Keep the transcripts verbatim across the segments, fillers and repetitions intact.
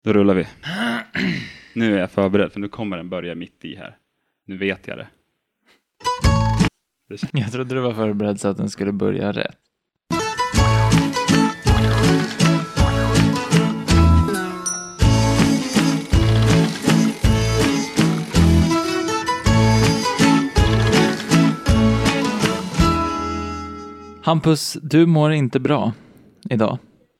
Då rullar vi. Nu är jag förberedd för nu kommer den börja mitt i här. Nu vet jag det. Jag trodde du var förberedd så att den skulle börja rätt. Hampus, du mår inte bra idag.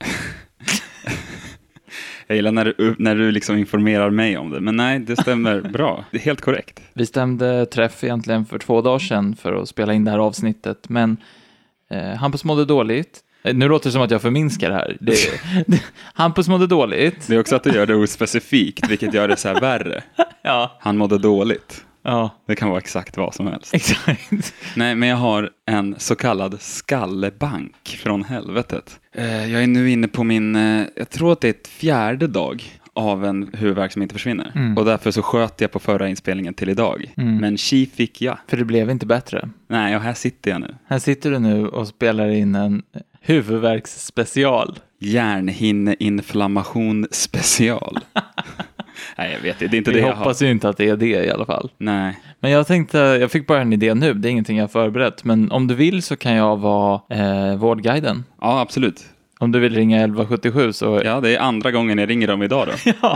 Jag gillar när du, när du liksom informerar mig om det. Men nej, det stämmer bra. Det är helt korrekt. Vi stämde träff egentligen för två dagar sedan för att spela in det här avsnittet. Men eh, Hampus mådde dåligt. Nu låter det som att jag förminskar det här. Det, det, Hampus mådde dåligt. Det är också att du gör det ospecifikt, vilket gör det så här värre. Ja. Han mådde dåligt. Ja. Det kan vara exakt vad som helst. Exakt. Nej, men jag har en så kallad skallebank från helvetet. Eh, jag är nu inne på min, eh, jag tror att det är ett fjärde dag av en huvudvärk som inte försvinner. Mm. Och därför så sköt jag på förra inspelningen till idag. Mm. Men tji fick jag. För det blev inte bättre. Nej, och här sitter jag nu. Här sitter du nu och spelar in en huvudvärksspecial. Hjärnhinneinflammation special. Nej, jag vet det. Det är inte Vi det jag hoppas har. ju inte att det är det i alla fall. Nej. Men jag tänkte, jag fick bara en idé nu. Det är ingenting jag har förberett. Men om du vill så kan jag vara eh, vårdguiden. Ja, absolut. Om du vill ringa elva sjuttiosju så... Ja, det är andra gången jag ringer dem idag då. Ja.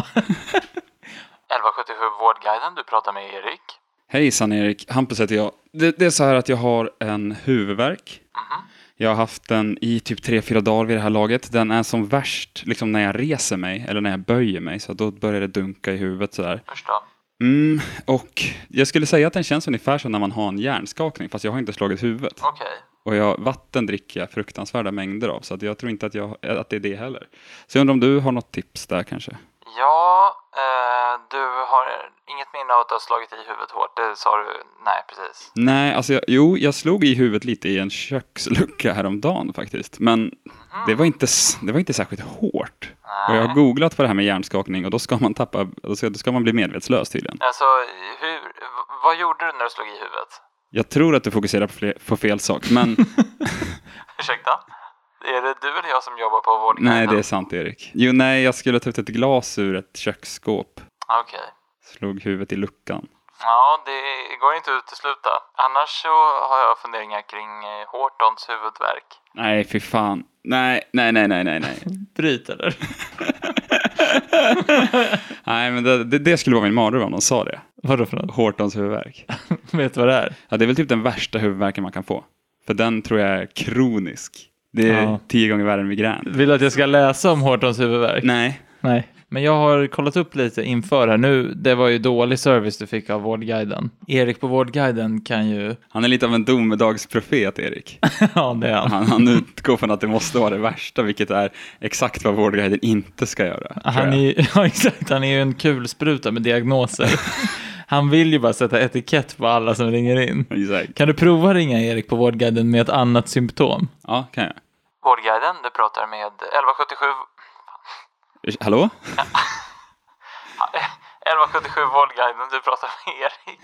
elva sjuttiosju vårdguiden, du pratar med Erik. Hejsan Erik, Hampus heter jag. Det, det är så här att jag har en huvudvärk. Mm-hmm. Jag har haft den i typ tre, fyra dagar vid det här laget. Den är som värst liksom när jag reser mig eller när jag böjer mig. Så då börjar det dunka i huvudet sådär. Förstå. Mm, och jag skulle säga att den känns ungefär som när man har en hjärnskakning. Fast jag har inte slagit huvudet. Okej. Okay. Och jag, vatten dricker jag fruktansvärda mängder av. Så att jag tror inte att, jag, att det är det heller. Så jag undrar om du har något tips där kanske? Ja, eh, du har inget minne av att du har slagit i huvudet hårt. Det sa du, nej precis. Nej, alltså jag, jo, jag slog i huvudet lite i en kökslucka häromdagen faktiskt. Men mm. det, var inte, det var inte särskilt hårt. Nej. Och jag har googlat på det här med hjärnskakning och då ska man tappa, då ska, då ska man bli medvetslös tydligen. Alltså, hur, vad gjorde du när du slog i huvudet? Jag tror att du fokuserar på, fler, på fel sak, men... Ursäkta? Är det du eller jag som jobbar på vårdguiden? Nej, det är sant Erik. Jo, nej, jag skulle ha tagit ett glas ur ett köksskåp. Okej. Okay. Slog huvudet i luckan. Ja, det går inte att utesluta. Annars så har jag funderingar kring Hortons huvudvärk. Nej, fy fan. Nej, nej, nej, nej, nej, nej. Bryt eller? Nej, men det, det, det skulle vara min mardröm om de sa det. Vadå för något? Hortons huvudvärk. Vet du vad det är? Ja, det är väl typ den värsta huvudvärken man kan få. För den tror jag är kronisk. Det är ja. tio gånger värre än migrän. Vill du att jag ska läsa om Hortons huvudvärk? Nej. Nej. Men jag har kollat upp lite inför här nu. Det var ju dålig service du fick av vårdguiden. Erik på vårdguiden kan ju... Han är lite av en domedagsprofet, Erik. Ja, det är han. han. Han utgår från att det måste vara det värsta, vilket är exakt vad vårdguiden inte ska göra. Han är, ja, exakt. Han är ju en kulspruta med diagnoser. Han vill ju bara sätta etikett på alla som ringer in. Exakt. Kan du prova ringa Erik på vårdguiden med ett annat symptom? Ja, kan jag. Vårdguiden, du pratar med elva sjuttiosju... Hallå? elva sjuttiosju vårdguiden, du pratar med Erik.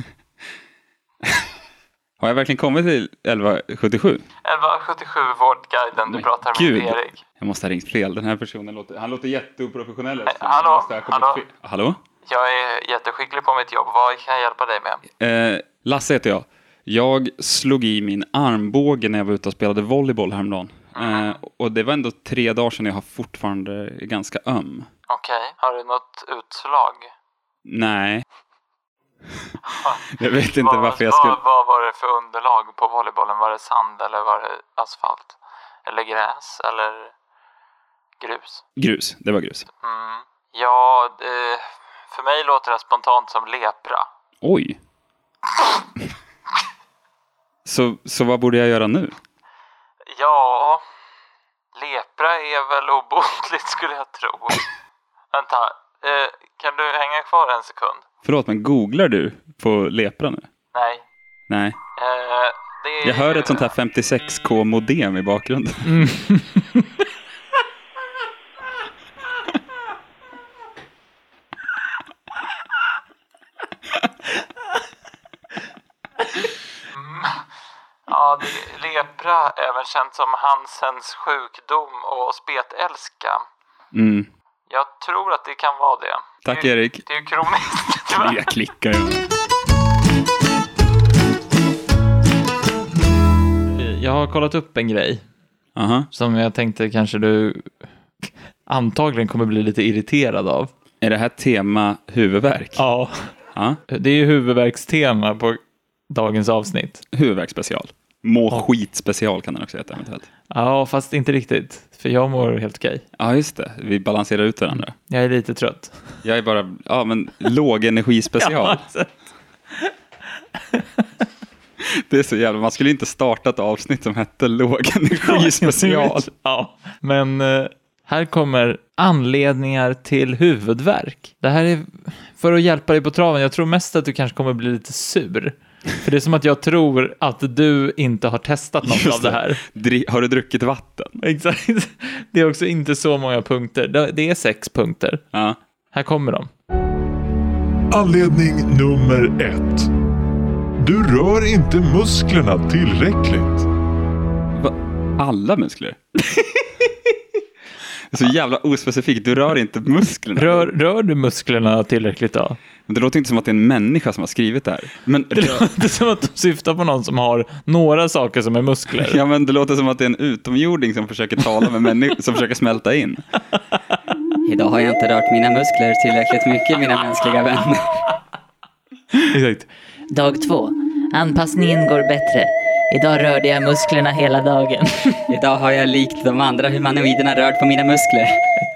Har jag verkligen kommit till elva sjuttiosju? elva sjuttiosju vårdguiden, du pratar med Gud. Erik. Jag måste ha ringt fel. Den här personen låter, han låter jätteoprofessionell. Nej, hallå, hallå. Hallå? Jag är jätteskicklig på mitt jobb. Vad kan jag hjälpa dig med? Eh, Lasse heter jag. Jag slog i min armbåge när jag var ute och spelade volleyboll häromdagen. Mm. Eh, och det var ändå tre dagar sedan jag har fortfarande ganska öm. Okej. Okay. Har du något utslag? Nej. Jag vet inte varför jag skulle... Vad, vad var det för underlag på volleybollen? Var det sand eller var det asfalt? Eller gräs eller grus? Grus, det var grus. Mm. Ja, det, för mig låter det spontant som lepra. Oj. så, så vad borde jag göra nu? Ja, lepra är väl obotligt skulle jag tro. Vänta, eh, kan du hänga kvar en sekund? Förlåt, men googlar du på lepra nu? Nej. Nej. Eh, det är... Jag hör ett sånt här femtiosex K modem i bakgrunden. Mm. Ja, det, lepra, även känt som Hansens sjukdom och spetälska. Mm. Jag tror att det kan vara det. Tack det, Erik. Det är ju kroniskt. Jag klickar ju. Jag har kollat upp en grej. Aha. Som jag tänkte kanske du antagligen kommer bli lite irriterad av. Är det här tema huvudvärk? Ja. Ja. Det är ju huvudvärkstema på dagens avsnitt. Huvudvärksspecial. Må skit special kan den också heta eventuellt. Ja, fast inte riktigt. För jag mår helt okej. Ja, just det. Vi balanserar ut varandra. Jag är lite trött. Jag är bara, ja men låg energi special. Ja, det är så jävla, man skulle inte starta ett avsnitt som hette låg energi special. Ja, men eh, här kommer anledningar till huvudvärk. Det här är för att hjälpa dig på traven. Jag tror mest att du kanske kommer bli lite sur. För det är som att jag tror att du inte har testat något Just av det här. Dri- har du druckit vatten? Exakt. Det är också inte så många punkter. Det det är sex punkter. Ja. Här kommer de. Anledning nummer ett. Du rör inte musklerna tillräckligt. Va? Alla muskler? Det är så jävla ospecifikt. Du rör inte musklerna. Rör, rör du musklerna tillräckligt då? Men det låter inte som att det är en människa som har skrivit det här. Men Det låter som att de syftar på någon som har några saker som är muskler. ja, men det låter som att det är en utomjording som försöker tala med människor, som försöker smälta in. Idag har jag inte rört mina muskler tillräckligt mycket, mina mänskliga vänner. Exakt. Dag två. Anpassningen går bättre. Idag rörde jag musklerna hela dagen. Idag har jag likt de andra humanoiderna rört på mina muskler.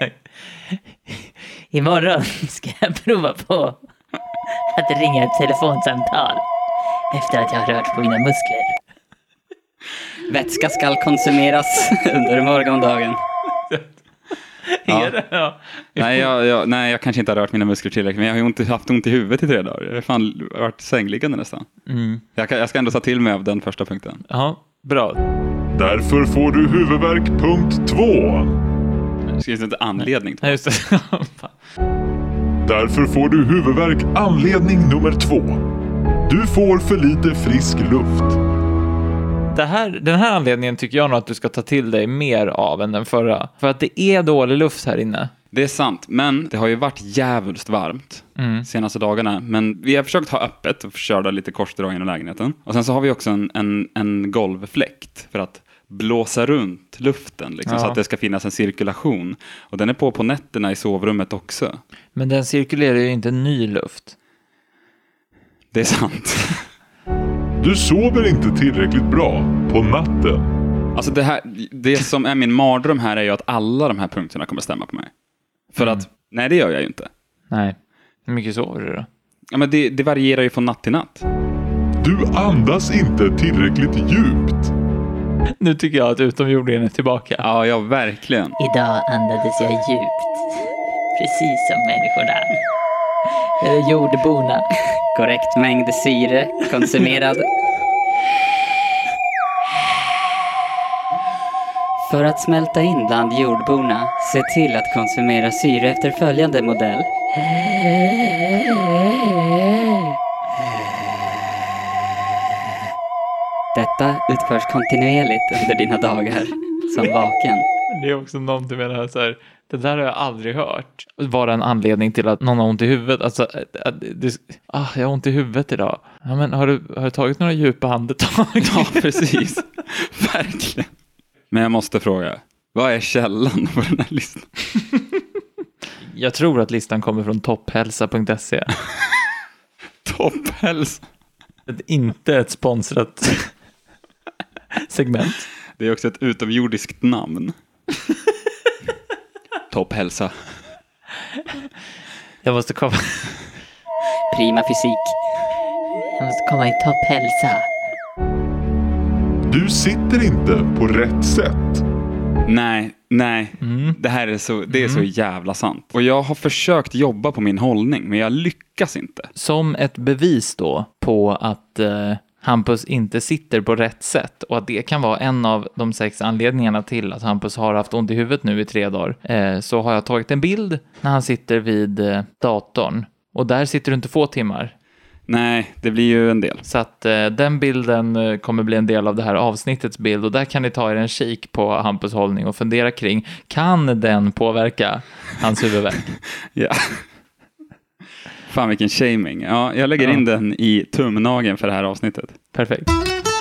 Imorgon ska jag prova på att ringa ett telefonsamtal efter att jag har rört på mina muskler. Vätska ska konsumeras under morgondagen. Ja. Är det? Ja. Nej jag, jag, nej, jag kanske inte har rört mina muskler tillräckligt, men jag har ju ont, haft ont i huvudet i tre dagar. Jag har fan varit sängliggande nästan. Mm. Jag, kan, jag ska ändå ta till mig av den första punkten. Ja, bra. Därför får du huvudvärk punkt två. Det skrivs inte anledning. Ja, just det. Fan. Därför får du huvudvärk anledning nummer två. Du får för lite frisk luft. Det här, den här anledningen tycker jag nog att du ska ta till dig mer av än den förra. För att det är dålig luft här inne. Det är sant, men det har ju varit jävligt varmt Mm. senaste dagarna. Men vi har försökt ha öppet och köra lite korsdrag i lägenheten. Och sen så har vi också en, en, en golvfläkt för att blåsa runt luften liksom, Ja. så att det ska finnas en cirkulation. Och den är på på nätterna i sovrummet också. Men den cirkulerar ju inte ny luft. Det är sant. Du sover inte tillräckligt bra på natten. Alltså det, här, det som är min mardröm här är ju att alla de här punkterna kommer stämma på mig. För Mm. att, nej det gör jag ju inte. Nej. Hur mycket sover du då? Ja, men det, det varierar ju från natt till natt. Du andas inte tillräckligt djupt. Nu tycker jag att utomjordingen är tillbaka. Ja, ja verkligen. Idag andades jag djupt. Precis som människorna. Eller jordborna. Korrekt mängd syre konsumerad. För att smälta in bland jordborna, se till att konsumera syre efter följande modell. Detta utförs kontinuerligt under dina dagar som vaken. Det är också någonting med det här så här. Det där har jag aldrig hört. Vara en anledning till att någon har ont i huvudet. Alltså, att det, ah, jag har ont i huvudet idag. Ja, men har du, har du tagit några djupa andetag? Ja, precis. Verkligen. Men jag måste fråga, vad är källan på den här listan? Jag tror att listan kommer från topphälsa punkt se. Topphälsa. Inte ett sponsrat segment. Det är också ett utomjordiskt namn. Topphälsa. Jag måste komma. Prima fysik. Jag måste komma i topphälsa. Du sitter inte på rätt sätt. Nej, nej. Mm. Det här är så, det är så jävla sant. Och jag har försökt jobba på min hållning, men jag lyckas inte. Som ett bevis då på att eh, Hampus inte sitter på rätt sätt och att det kan vara en av de sex anledningarna till att Hampus har haft ont i huvudet nu i tre dagar, eh, så har jag tagit en bild när han sitter vid eh, datorn. Och där sitter du inte få timmar. Nej, det blir ju en del. Så att eh, den bilden eh, kommer bli en del av det här avsnittets bild. Och där kan ni ta er en kik på Hampus hållning och fundera kring, kan den påverka hans huvudvärk? Ja. Fan vilken shaming. Ja, jag lägger ja. in den i tumnagen för det här avsnittet. Perfekt.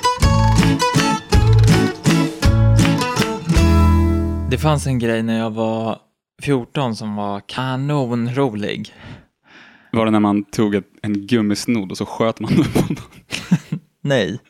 Det fanns en grej när jag var fjorton som var kanonrolig. Var det när man tog ett, en gummisnodd och så sköt man upp på någon? Nej.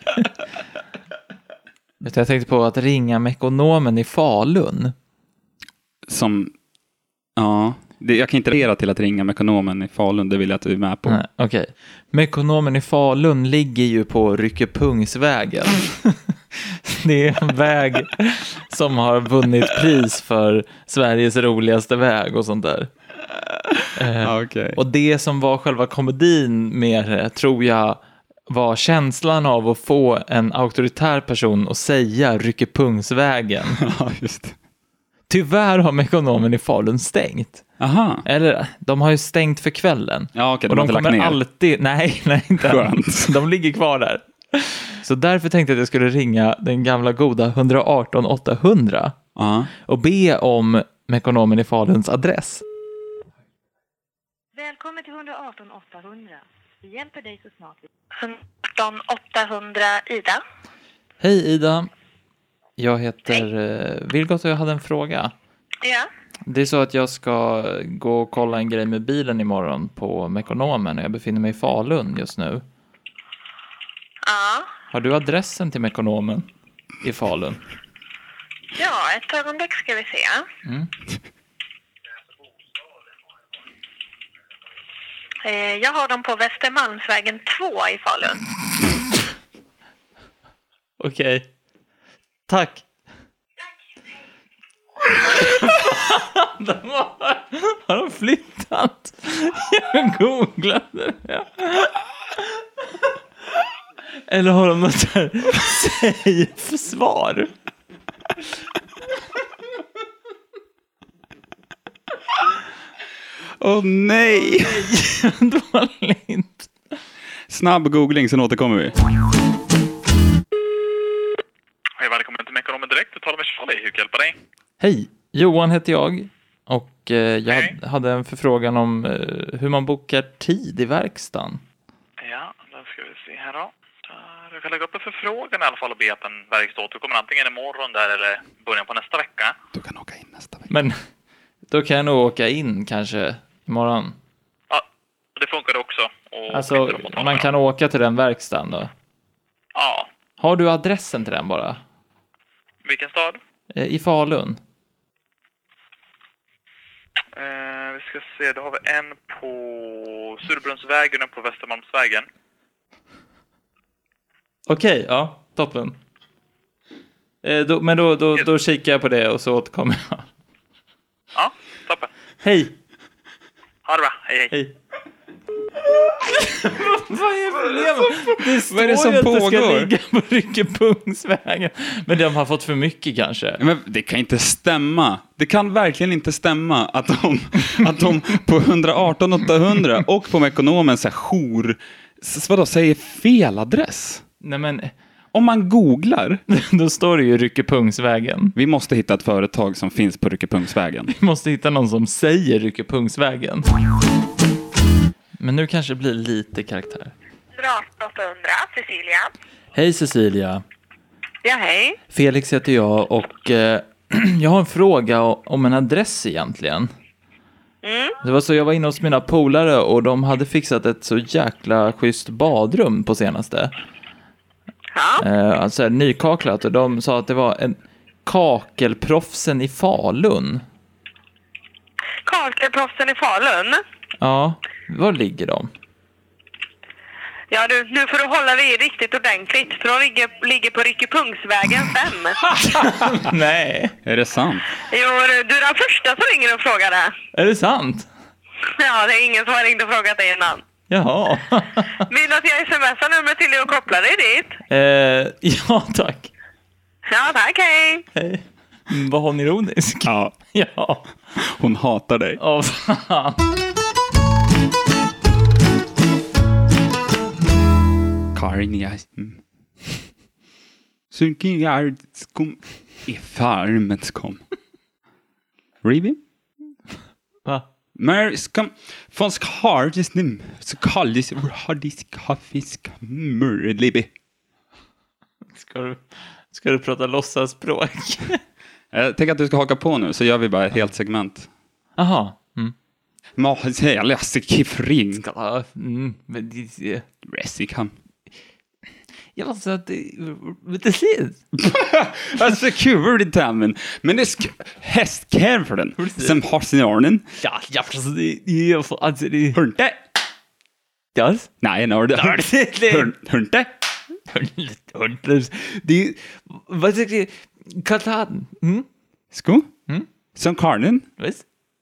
Jag tänkte på att ringa Mekonomen i Falun. Som, ja, det, jag kan inte reagera till att ringa Mekonomen i Falun, det vill jag att du är med på. Nej, okej. Okay. Mekonomen i Falun ligger ju på Ryckepungsvägen. Det är en väg som har vunnit pris för Sveriges roligaste väg och sånt där. Eh, okay. Och det som var själva komedin med det, tror jag, var känslan av att få en auktoritär person att säga Ryckepungsvägen. Ja, just det. Tyvärr har Mekonomen i Falun stängt. Aha. Eller, de har ju stängt för kvällen. Ja, okej, och de, de har inte kommer lagt ner. alltid, nej, nej, inte. Skönt. De ligger kvar där. Så därför tänkte jag att jag skulle ringa den gamla goda ett ett åtta åttahundra uh-huh. och be om Mekonomen i Faluns adress. Välkommen till ett ett åtta åttahundra. Vi hjälper dig så snart vi... ett ett åtta åttahundra Ida. Hej Ida. Jag heter eh, Vilgot och jag hade en fråga. Ja. Det är så att jag ska gå och kolla en grej med bilen imorgon på Mekonomen och jag befinner mig i Falun just nu. Ja. Har du adressen till Mekonomen i Falun? Ja, ett ögonblick ska vi se. Mm. Eh, jag har dem på Västermalmsvägen två i Falun. Okej. Okay. Tack. de har, har de flyttat? Jag googlade det. Eller har de något där säg-försvar? Åh oh, nej! Dåligt. Snabb googling, sen återkommer vi. Hej, välkommen till Mekonomen direkt. Du talar med Charlie. Hur kan jag hjälpa dig? Hej, Johan heter jag. Och eh, jag Hej. hade en förfrågan om eh, hur man bokar tid i verkstaden. Ja, då ska vi se här då. Du kan lägga upp en förfrågan i alla fall och be att en verkstad återkommer antingen imorgon där eller början på nästa vecka. Du kan åka in nästa vecka. Men då kan jag nog åka in kanske imorgon. Ja, det funkar också. Och Alltså, man kan åka till den verkstaden då? Ja. Har du adressen till den bara? Vilken stad? Eh, I Falun. Eh, vi ska se, då har vi en på Surbrunnsvägen och på Västermalmsvägen. Okej, okay, ja, toppen. Eh, då, men då, då, då kikar jag på det och så återkommer jag. Ja, toppen. Hej! Ha det bra, hej hej. Hej. Vad är problemet? Det står Vad är det som ju att pågår? det ska ligga på Ryckepungsvägen. Men de har fått för mycket kanske. Men det kan inte stämma. Det kan verkligen inte stämma att de, att de på ett ett åtta åttahundra och på Mekonomen så här jour, vadå, säger fel adress. Nej men, om man googlar, då står det ju Ryckepungsvägen. Vi måste hitta ett företag som finns på Ryckepungsvägen. Vi måste hitta någon som säger Ryckepungsvägen. Men nu kanske det blir lite karaktär. åtta åttahundra, Cecilia. Hej Cecilia. Ja, hej. Felix heter jag och eh, jag har en fråga om en adress egentligen. Mm. Det var så jag var inne hos mina polare och de hade fixat ett så jäkla schysst badrum på senaste. Ja. Eh, alltså nykaklat och de sa att det var en kakelproffsen i Falun. Kakelproffsen i Falun? Ja, var ligger de? Ja du, nu får du hålla dig riktigt ordentligt. För de ligger, ligger på Ryckepungsvägen fem. Nej. Är det sant? Jo, du är den första som ringer och frågar det. Är det sant? Ja, det är ingen som har ringt och frågat dig innan. Jaha. Vill du att jag smsar numret till dig och kopplar dig dit? Eh, ja, tack. Ja, tack, hej. Hej. Mm, var hon ironisk? Ja. Ja. Hon hatar dig. Åh, fan. Karniasm. Sunkiardskom. I farmetskom. Ribi? Va? Men skam från skardisnim så kallas hardisk hafisk murlibi. Ska du, ska du prata låtsasspråk? Jag tänker att du ska haka på nu så gör vi bara ett helt segment. Aha. Mm. Ma säger läser kifring. Ja, mm, men det... Resikam. Jag var så att det... Det ser... Alltså kul det tämmen. Men det är hästkärvlen som har sin örnen. Ja, ja, alltså det... Jag får... Alltså det... Hörnte. Yes? Nej, nej, det... Hörnte. Hörnte. Det... Vad tycker du? Katan. Mm? Sko? Mm? Som karnen. Visst?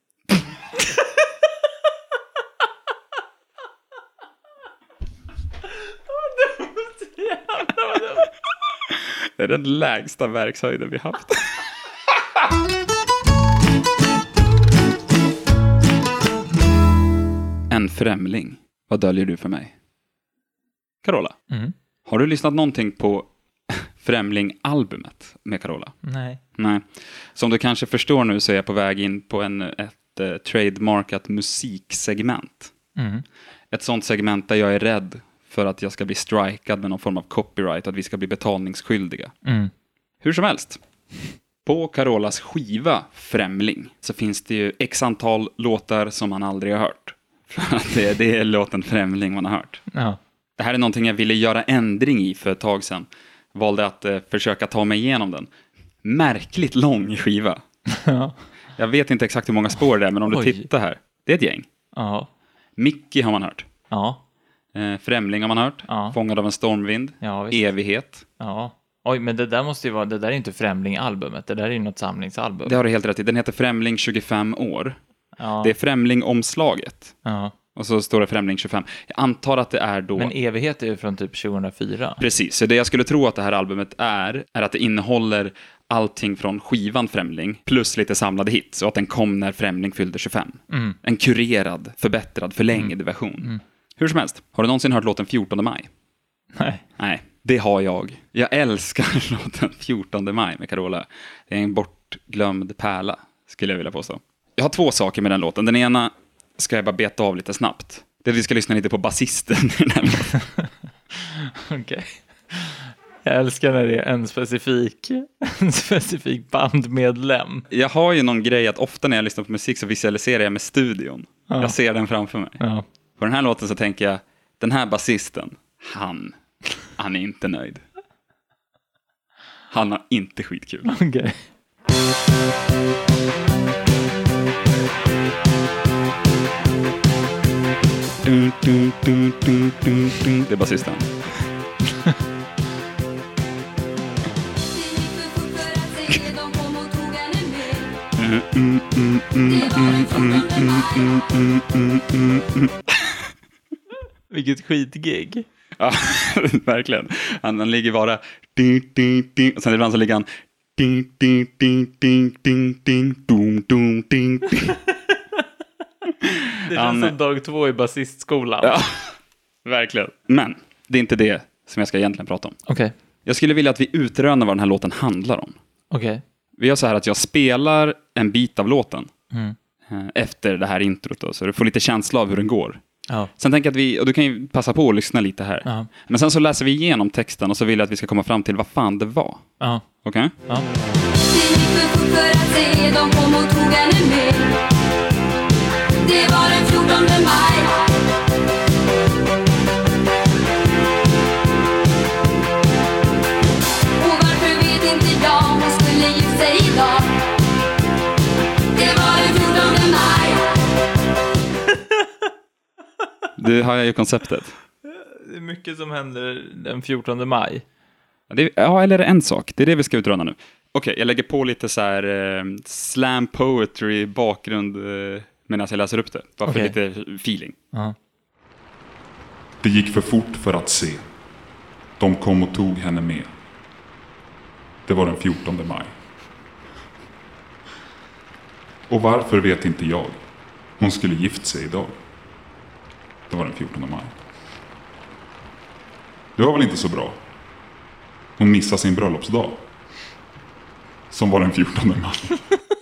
Det är den lägsta verkshöjden vi haft. En främling. Vad döljer du för mig? Carola, Mm. har du lyssnat någonting på Främling-albumet med Carola? Nej. Nej. Som du kanske förstår nu så är jag på väg in på en, ett eh, trademarkat musiksegment. Mm. Ett sånt segment där jag är rädd för att jag ska bli strikad med någon form av copyright, att vi ska bli betalningsskyldiga. Mm. Hur som helst. På Carolas skiva Främling så finns det ju x antal låtar som man aldrig har hört. För att det, det är låten Främling man har hört. Ja. Det här är någonting jag ville göra ändring i för ett tag sedan. Valde att eh, försöka ta mig igenom den. Märkligt lång skiva. Ja. Jag vet inte exakt hur många spår det är, men om du Oj. tittar här. Det är ett gäng. Ja. Mickey har man hört. Ja. Eh, Främling har man hört. Ja. Fångad av en stormvind. Ja, visst. Evighet. Ja. Oj, men det där måste ju vara... Det där är inte Främling-albumet. Det där är ju något samlingsalbum. Det har du helt rätt i. Den heter Främling tjugofem år. Ja. Det är Främling-omslaget. Ja. Och så står det Främling tjugofem. Jag antar att det är då... Men Evighet är ju från typ tjugohundrafyra. Precis, så det jag skulle tro att det här albumet är, är att det innehåller allting från skivan Främling, plus lite samlade hits, och att den kom när Främling fyllde tjugofem. Mm. En kurerad, förbättrad, förlängd Mm. version. Mm. Hur som helst, har du någonsin hört låten fjortonde maj? Nej. Nej, det har jag. Jag älskar låten fjortonde maj med Carola. Det är en bortglömd pärla, skulle jag vilja påstå. Jag har två saker med den låten. Den ena ska jag bara beta av lite snabbt. Det är att vi ska lyssna lite på basisten i den här låten. Okej. Okay. Jag älskar när det är en specifik, en specifik bandmedlem. Jag har ju någon grej att ofta när jag lyssnar på musik så visualiserar jag med studion. Ja. Jag ser den framför mig. Ja. På den här låten så tänker jag, den här basisten, han, han är inte nöjd. Han har inte skitkul. Okej. Okay. Dun, dun, dun, dun, dun, dun. Det är basisten. Mm, mm, mm, mm, mm, mm, mm, mm, mm, mm, mm. Vilket skitgig. Ja, verkligen. Han, han ligger bara ding, ding, ding. Och sen ibland så ligger han ding, ding, ding, ding, ding, ding, dum, dum, ding, ding. Det känns Han- som dag två i basistskolan. Ja, verkligen. Men det är inte det som jag ska egentligen prata om. Okej. Jag skulle vilja att vi utrönar vad den här låten handlar om. Okej. Vi gör så här att jag spelar en bit av låten Mm. eh, efter det här introt då, så du får lite känsla av hur den går. Ja. Sen tänker jag att vi, och du kan ju passa på att lyssna lite här. Ja. Men sen så läser vi igenom texten och så vill jag att vi ska komma fram till vad fan det var. Ja. Okej? Ja. Det gick för fort för att se, de kom och tog henne med. Det var den fjortonde maj. Och varför vet inte jag, hon skulle gifta sig idag. Det var den fjortonde maj. Du har jag ju konceptet. Det är mycket som händer den fjortonde maj. Ja, det, ja, eller är det en sak? Det är det vi ska utröna nu. Okej, jag lägger på lite så här eh, slam poetry bakgrund eh, medan jag läser upp det. Bara för Okej. lite feeling. Ja. Det gick för fort för att se. De kom och tog henne med. Det var den fjortonde maj. Och varför vet inte jag. Hon skulle gift sig idag. Det var den fjortonde maj. Det var väl inte så bra. Hon missade sin bröllopsdag. Som var den fjortonde maj.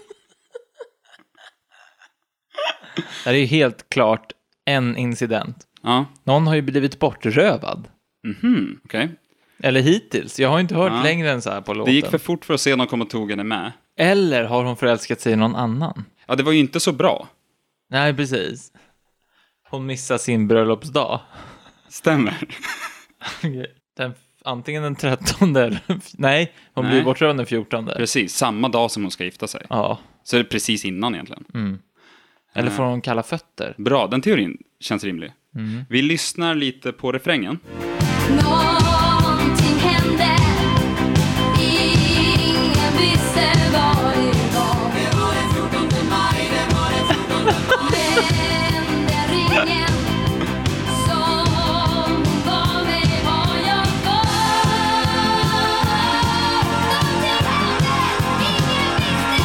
Det är ju helt klart en incident. Ja. Någon har ju blivit bortrövad. Mhm, okej. Okay. Eller hittills. Jag har inte hört Ja. längre än så här på låten. Det gick för fort för att se om de kom och tog henne med. Eller har hon förälskat sig i någon annan? Ja, det var ju inte så bra. Nej, precis. Hon missar sin bröllopsdag. Stämmer. Den, antingen den trettonde eller... Nej, hon Nej. blir bortrövad den fjortonde. Precis, samma dag som hon ska gifta sig. Ja. Så det är precis innan egentligen. Mm. Eller får hon kalla fötter? Bra, den teorin känns rimlig. Mm. Vi lyssnar lite på refrängen. Någonting hände. Ingen visste vad det var. Det var den fjortonde maj, det var den fjortonde maj. Men den ringen som gav mig vad jag var. Någonting hände. Ingen visste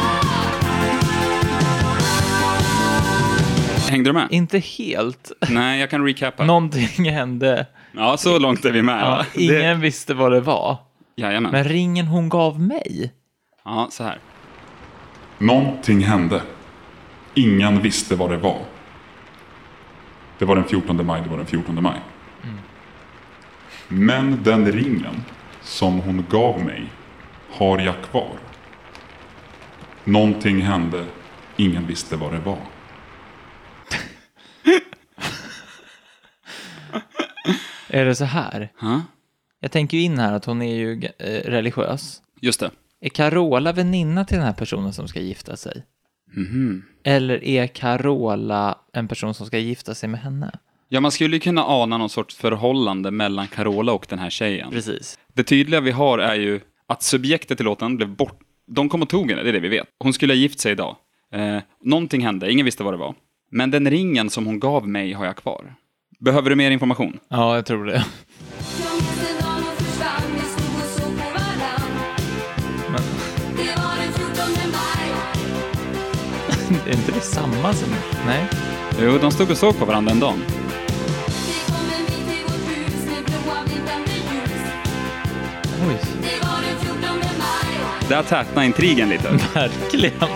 vad det var. Hängde du med? Inte helt. Nej, jag kan recapa. Någonting hände. Ja, så långt är vi med. Ja, va? ingen Det... visste vad det var. Jajamän. Men ringen hon gav mig. Ja, så här. Någonting hände. Ingen visste vad det var. Det var den fjortonde maj, det var den fjortonde maj. Mm. Men den ringen som hon gav mig har jag kvar. Någonting hände. Ingen visste vad det var. Är det så här? Ha? Jag tänker ju in här att hon är ju eh, religiös. Just det. Är Carola väninna till den här personen som ska gifta sig? Mhm. Eller är Carola en person som ska gifta sig med henne? Ja, man skulle ju kunna ana någon sorts förhållande mellan Carola och den här tjejen. Precis. Det tydliga vi har är ju att subjektet i låten blev bort. De kom och tog henne, det är det vi vet. Hon skulle ha gift sig idag. Eh, någonting hände, ingen visste vad det var. Men den ringen som hon gav mig har jag kvar. Behöver du mer information? Ja, jag tror det. Jag minns en dag hon försvann, vi stod och såg på varann. Men Det var den fjortonde maj. är inte det samma som... Nej. Jo, de stod och såg på varandra en dag. Det kom en bil till vårt hus med blåa blinkande ljus. Oj, Det var den fjortonde maj. Där tätnar intrigen lite. verkligen.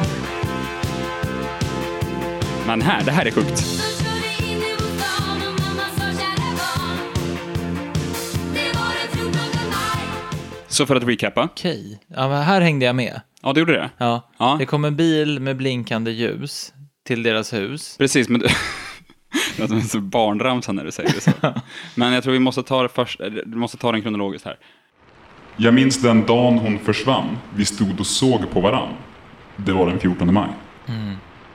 Men här, det här är sjukt. De körde in i vår stan och mamma sa kära barn. Det var den fjortonde maj. Så för att recapa. Okej. Ja, men här hängde jag med. Ja, det gjorde det. Ja. Ja. Det kom en bil med blinkande ljus till deras hus. Precis, men du... Det är så barnramsa när du säger det så. Men jag tror vi måste ta det först, vi måste ta den kronologiskt här. Jag minns den dagen hon försvann. Vi stod och såg på varann. Det var den fjortonde maj. Mm.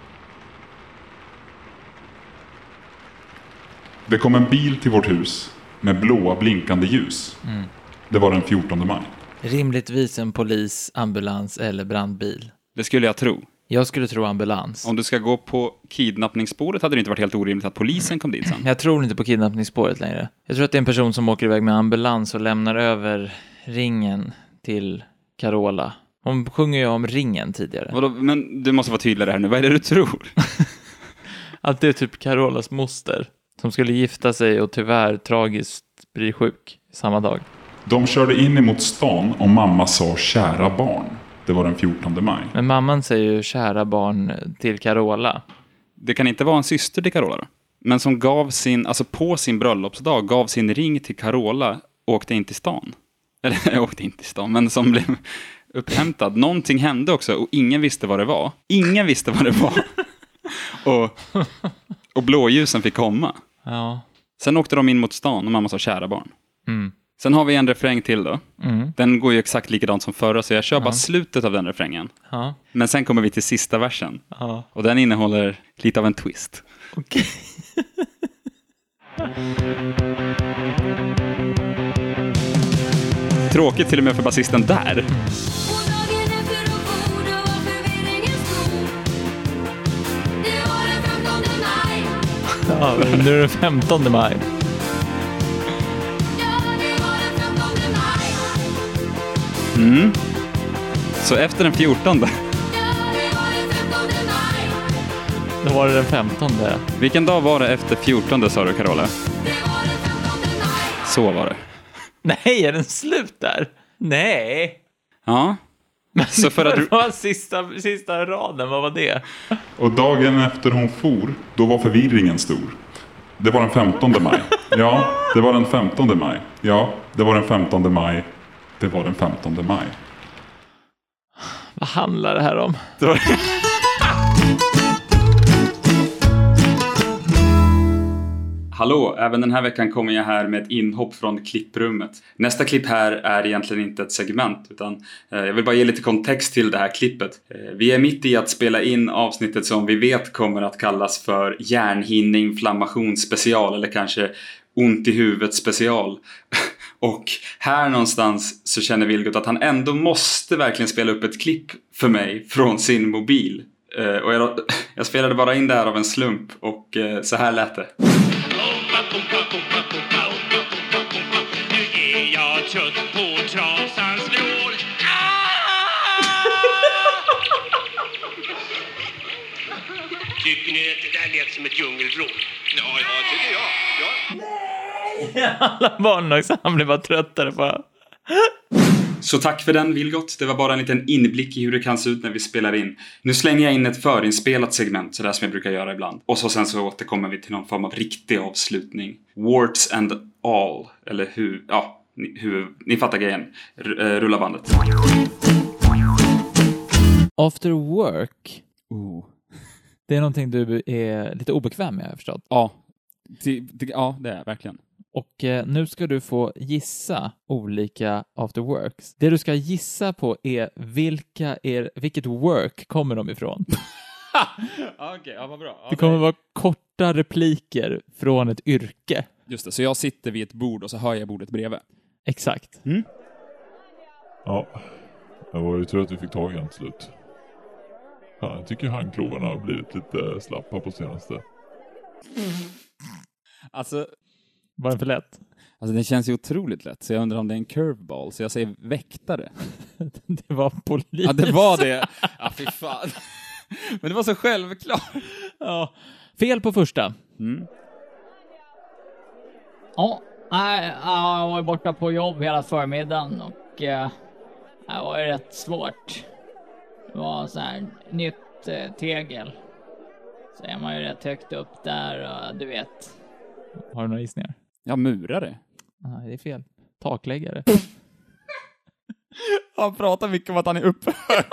Det kom en bil till vårt hus med blåa blinkande ljus. Mm. Det var den fjortonde maj. Rimligtvis en polis, ambulans eller brandbil. Det skulle jag tro. Jag skulle tro ambulans. Om du ska gå på kidnappningsspåret hade det inte varit helt orimligt att polisen kom dit sen. Jag tror inte på kidnappningsspåret längre. Jag tror att det är en person som åker iväg med ambulans och lämnar över ringen till Carola. Hon sjunger ju om ringen tidigare. Vadå? Men du måste vara tydligare här nu. Vad är det du tror? Att det är typ Carolas moster som skulle gifta sig och tyvärr tragiskt bli sjuk samma dag. De körde in emot stan och mamma sa kära barn. Det var den fjortonde maj. Men mamman säger ju kära barn till Carola. Det kan inte vara en syster till Carola då? Men som gav sin, alltså på sin bröllopsdag gav sin ring till Carola och åkte in till stan. Eller åkte in till stan, men som blev upphämtad. Någonting hände också och ingen visste vad det var. Ingen visste vad det var. och, och blåljusen fick komma. Ja. Sen åkte de in mot stan och mamma sa kära barn. Mm. Sen har vi en refräng till då. Mm. Den går ju exakt likadant som förra, så jag kör Ja. bara slutet av den refrängen. Ja. Men sen kommer vi till sista versen. Ja. Och den innehåller lite av en twist. Okej. Tråkigt till och med för basisten där. Och dagen efter de for, då var förvirringen stor. Det var den fjortonde maj. Ja, men nu är det femtonde maj. Ja, det var den fjortonde maj. Mm. Så efter den fjortonde. Ja, det var den femtonde maj. Då var det den femtonde. Vilken dag var det efter fjortonde, sa du, Carola? Det var den femtonde maj. Så var det. Nej, är den slut där? Nej. Ja. Så för att du... Vad var sista, sista raden? Vad var det? Och dagen efter hon for, då var förvirringen stor. Det var den femtonde maj. Ja, det var den femtonde maj. Ja, det var den femtonde maj. Det var den femtonde maj. Vad handlar det här om? Det var... Hallå, även den här veckan kommer jag här med ett inhopp från klipprummet. Nästa klipp här är egentligen inte ett segment, utan eh, jag vill bara ge lite kontext till det här klippet. Eh, vi är mitt i att spela in avsnittet som vi vet kommer att kallas för hjärnhinneinflammationsspecial eller kanske ont i huvudet special. Och här någonstans så känner Vilgot att han ändå måste verkligen spela upp ett klipp för mig från sin mobil. Eh, och jag, jag spelade bara in det här av en slump och eh, så här lät det. Nu är jag trött på trasans vrål. Tycker ni att det där lät som ett djungelvrål? Ja, ja, tycker jag. Ja. Alla barn också, han blev bara tröttare bara. Så tack för den, Vilgot. Det var bara en liten inblick i hur det kan se ut när vi spelar in. Nu slänger jag in ett förinspelat segment, så där som jag brukar göra ibland. Och så sen så återkommer vi till någon form av riktig avslutning. Warts and all. Eller hur, ja, ni, hur, ni fattar grejen. R- rulla bandet. After work. Oh. Det är någonting du är lite obekväm med, jag har förstått. Ja, det, det, ja, det är verkligen. Och eh, nu ska du få gissa olika after works. Det du ska gissa på är vilka är, vilket work kommer de ifrån. Okej, okay, ja, vad bra. Okay. Det kommer vara korta repliker från ett yrke. Just det, så jag sitter vid ett bord och så hör jag bordet bredvid. Exakt. Mm. Ja, jag var ju trött att vi fick tag i en till slut. Ja, jag tycker handklovarna har blivit lite slappa på senaste. Mm. Alltså... Var det för lätt? Alltså det känns ju otroligt lätt, så jag undrar om det är en curveball, så jag säger väktare. Det var polis. Ja, det var det. Ja, fy fan. Men det var så självklart. Ja. Fel på första. Mm. Ja, jag var borta på jobb hela förmiddagen och eh, det var ju rätt svårt. Det var så här nytt eh, tegel. Så är man ju rätt högt upp där och du vet. Har du några gissningar? Ja, murare. Nej, det är fel. Takläggare. Han pratar mycket om att han är upphögt.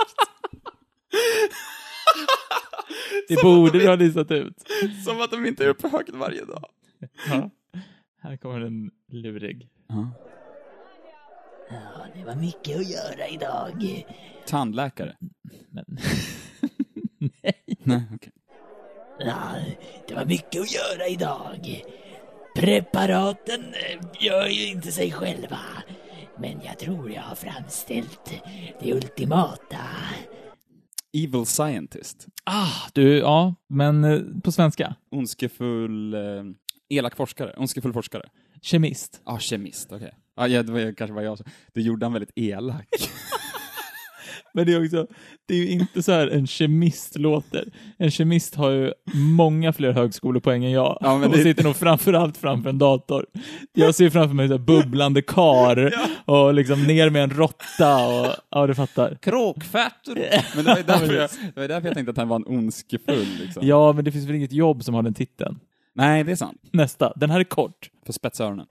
Det borde vi ha listat ut. Som att de inte är upphögt varje dag. Ja. Här kommer en lurig. Ja. Ja, det var mycket att göra idag. Tandläkare. Men... Nej. Nej, okej. Okay. Ja, det var mycket att göra idag. Preparaten gör ju inte sig själva. Men jag tror jag har framställt det ultimata. Evil scientist. Ah, du, ja, men eh, på svenska. Ondskefull, eh, elak forskare. Ondskefull forskare. Kemist. Ja, ah, kemist, okej. Okay. Ah, ja, det var kanske var jag som... Det gjorde han väldigt elak. Men det är också, det är ju inte så här en kemist låter. En kemist har ju många fler högskolepoäng än jag. Ja, men det... Och sitter nog framförallt framför en dator. Jag ser framför mig så här bubblande kar ja. Och liksom ner med en råtta och ja, du fattar. Kråkfätter. Men det var, därför jag, det var därför jag tänkte att han var en ondskefull liksom. Ja, men det finns väl inget jobb som har den titeln. Nej, det är sant. Nästa, den här är kort. För spetsöronen.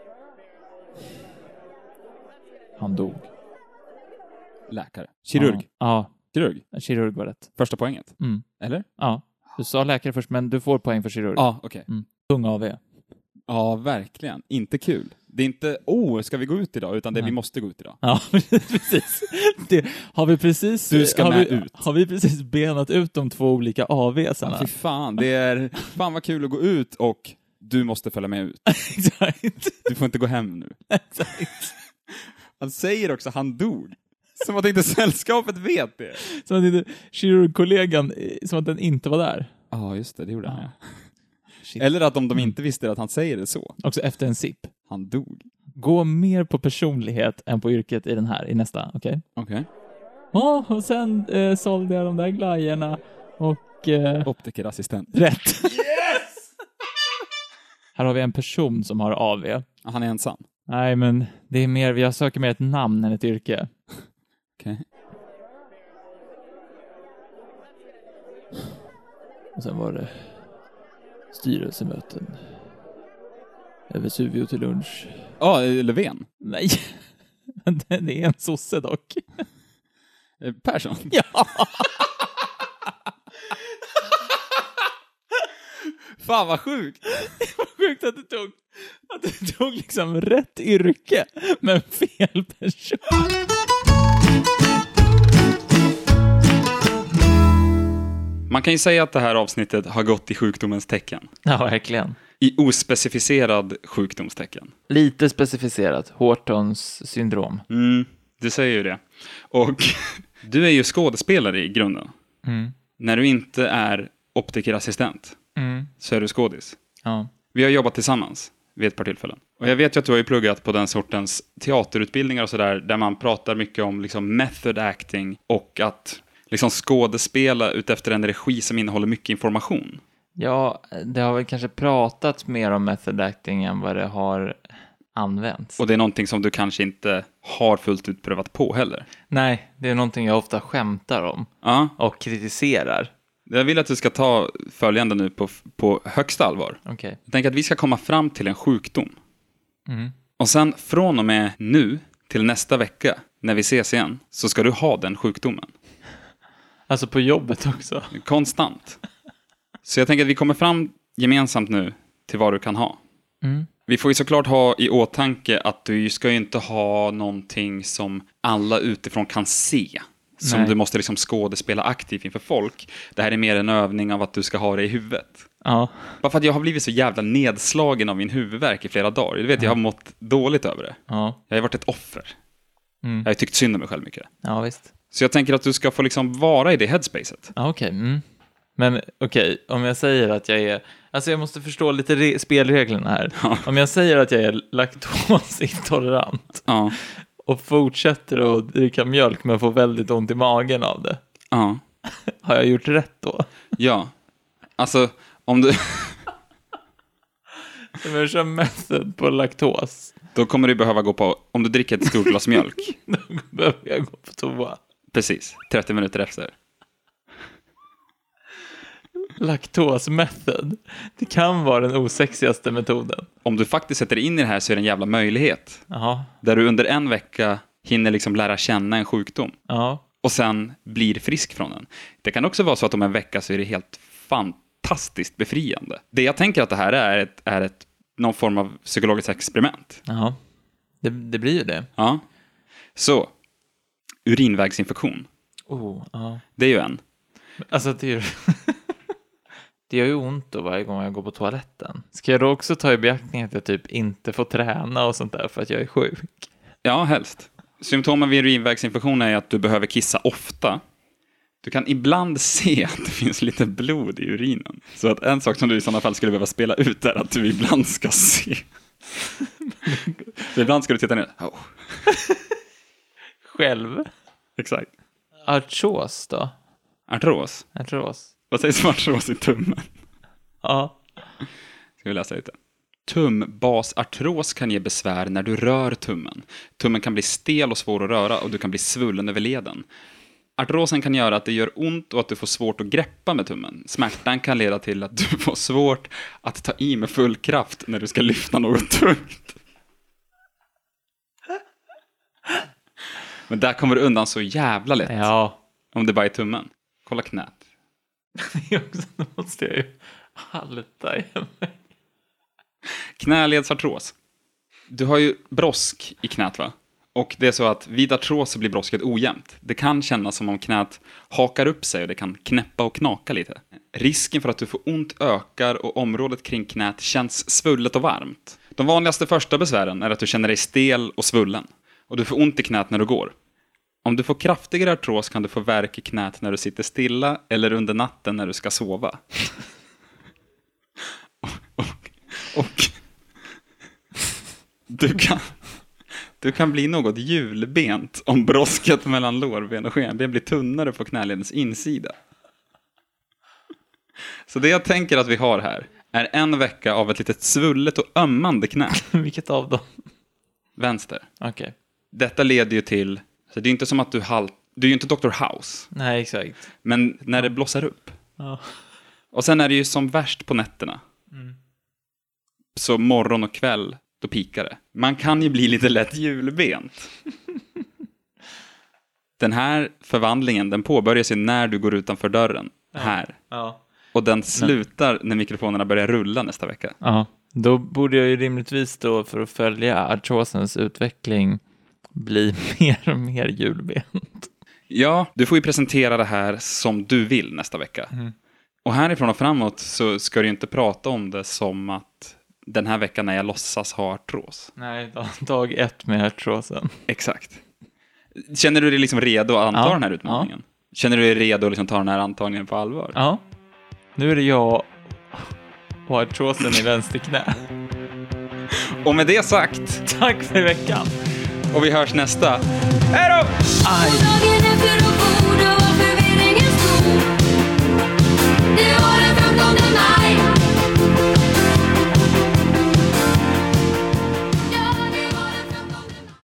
Han dog. Läkare. Kirurg. Ja. ja. Kirurg. Kirurg var rätt. Första poänget. Mm. Eller? Ja. Du sa läkare först, men du får poäng för kirurg. Ja, okej. Okay. Mm. Tung A V. Ja, verkligen. Inte kul. Det är inte, oh, ska vi gå ut idag? Utan det är, vi måste gå ut idag. Ja, precis. Det, har vi precis... Du ska har med vi, ut. Har vi precis benat ut de två olika A V-sarna? Ja, fy fan. Det är, fan vad kul att gå ut och du måste följa med ut. Exakt. Du får inte gå hem nu. Exakt. Han säger också, han dog. Som att inte sällskapet vet det. Som att inte kirurgkollegan, som att den inte var där. Ja, ah, just det, det gjorde ja. han. Ja. Eller att om de inte visste att han säger det så. Också efter en sipp. Han dog. Gå mer på personlighet än på yrket i den här, i nästa, okej? Okay? Okej. Okay. Ja, och sen eh, sålde jag de där glajjorna och... Eh, optikerassistent. Rätt. Yes! Här har vi en person som har A V. Han är ensam? Nej, men det är mer, jag söker mer ett namn än ett yrke. Okej. Okay. Och sen var det styrelsemöten. Vesuvio till lunch. Ja, oh, Löfven? Nej, det är en sosse dock. Persson? Ja! Fan vad sjukt. Det var sjukt att du tog, att du tog liksom rätt yrke men fel person. Man kan ju säga att det här avsnittet har gått i sjukdomens tecken. Ja, verkligen. I ospecificerad sjukdomstecken. Lite specificerat. Hortons syndrom. Mm, du säger ju det. Och du är ju skådespelare i grunden. Mm. När du inte är optikerassistent mm. så är du skådis. Ja. Vi har jobbat tillsammans vid ett par tillfällen. Och jag vet ju att du har ju pluggat på den sortens teaterutbildningar och sådär, där man pratar mycket om liksom method acting och att liksom skådespela utefter en regi som innehåller mycket information. Ja, det har väl kanske pratat mer om method acting än vad det har använts. Och det är någonting som du kanske inte har fullt ut prövat på heller. Nej, det är någonting jag ofta skämtar om ja. och kritiserar. Jag vill att du ska ta följande nu på, på högsta allvar. Okay. Jag tänker att vi ska komma fram till en sjukdom. Mm. Och sen från och med nu till nästa vecka, när vi ses igen, så ska du ha den sjukdomen. Alltså på jobbet också? Konstant. Så jag tänker att vi kommer fram gemensamt nu till vad du kan ha. Mm. Vi får ju såklart ha i åtanke att du ska ju inte ha någonting som alla utifrån kan se. Som Nej. Du måste liksom skådespela aktivt inför folk. Det här är mer en övning av att du ska ha det i huvudet. Ja. Bara för att jag har blivit så jävla nedslagen av min huvudvärk i flera dagar. Du vet, ja. Jag har mått dåligt över det. Ja. Jag har varit ett offer. Mm. Jag har tyckt synd om mig själv mycket. Ja, visst. Så jag tänker att du ska få liksom vara i det headspacet. Ja, okej. Okay. Mm. Men okej, okay, om jag säger att jag är... Alltså jag måste förstå lite re- spelreglerna här. Ja. Om jag säger att jag är laktosintolerant ja. och fortsätter att dricka mjölk men får väldigt ont i magen av det. Ja. Har jag gjort rätt då? Ja. Alltså, om du... Om jag kör method på laktos. Då kommer du behöva gå på... Om du dricker ett stort glas mjölk. Då behöver jag gå på toa. Precis, trettio minuter efter. Laktosmethod. Det kan vara den osexigaste metoden. Om du faktiskt sätter in i det här så är det en jävla möjlighet. Aha. Där du under en vecka hinner liksom lära känna en sjukdom. Ja. Och sen blir frisk från den. Det kan också vara så att om en vecka så är det helt fantastiskt befriande. Det jag tänker att det här är ett, är ett någon form av psykologiskt experiment. Ja, det, det blir ju det. Ja. Så, urinvägsinfektion. Oh, ja. Det är ju en. Alltså det är ju... Det gör ju ont då varje gång jag går på toaletten. Ska jag då också ta i beaktning att jag typ inte får träna och sånt där för att jag är sjuk? Ja, helst. Symptomen vid urinvägsinfektion är att du behöver kissa ofta. Du kan ibland se att det finns lite blod i urinen. Så att en sak som du i sådana fall skulle behöva spela ut är att du ibland ska se. Så ibland ska du titta ner. Oh. Själv? Exakt. Artros då? Artros? Artros. Vad sägs om artros i tummen? Ja. Ska vi läsa lite? Tumbasartros kan ge besvär när du rör tummen. Tummen kan bli stel och svår att röra och du kan bli svullen över leden. Artrosen kan göra att det gör ont och att du får svårt att greppa med tummen. Smärtan kan leda till att du får svårt att ta i med full kraft när du ska lyfta något tungt. Men där kommer du undan så jävla lätt. Ja. Om det bara är tummen. Kolla knät. Då måste jag ju halta i mig. Knäledsartros. Du har ju brosk i knät, va? Och det är så att vid artros så blir brosket ojämnt. Det kan kännas som om knät hakar upp sig och det kan knäppa och knaka lite. Risken för att du får ont ökar och området kring knät känns svullet och varmt. De vanligaste första besvären är att du känner dig stel och svullen. Och du får ont i knät när du går. Om du får kraftigare artros kan du få värk i knät när du sitter stilla eller under natten när du ska sova. och, och, och du kan... Du kan bli något hjulbent om brosket mellan lårben och skenben blir tunnare på knäledens insida. Så det jag tänker att vi har här är en vecka av ett litet svullet och ömmande knä. Vilket av dem? Vänster. Okej. Okay. Detta leder ju till, så det är inte som att du halt, du är ju inte doktor House. Nej, exakt. Men när det blossar upp. Ja. Och sen är det ju som värst på nätterna. Mm. Så morgon och kväll, då pikar det. Man kan ju bli lite lätt julbent. Den här förvandlingen, den påbörjas ju när du går utanför dörren. Ja. Här. Ja. Och den slutar när mikrofonerna börjar rulla nästa vecka. Ja, då borde jag ju rimligtvis då, för att följa artrosens utveckling, bli mer och mer julbent. Ja, du får ju presentera det här som du vill nästa vecka. Mm. Och härifrån och framåt så ska du ju inte prata om det som att den här veckan när jag låtsas ha artros. Nej, dag, dag ett med artrosen. Exakt. Känner du dig liksom redo att anta Ja. den här utmaningen? Ja. Känner du dig redo att liksom ta den här antagningen på allvar? Ja. Nu är det jag och artrosen i vänster knä. Och med det sagt, tack för veckan. Och vi hörs nästa. Hej då! Aj.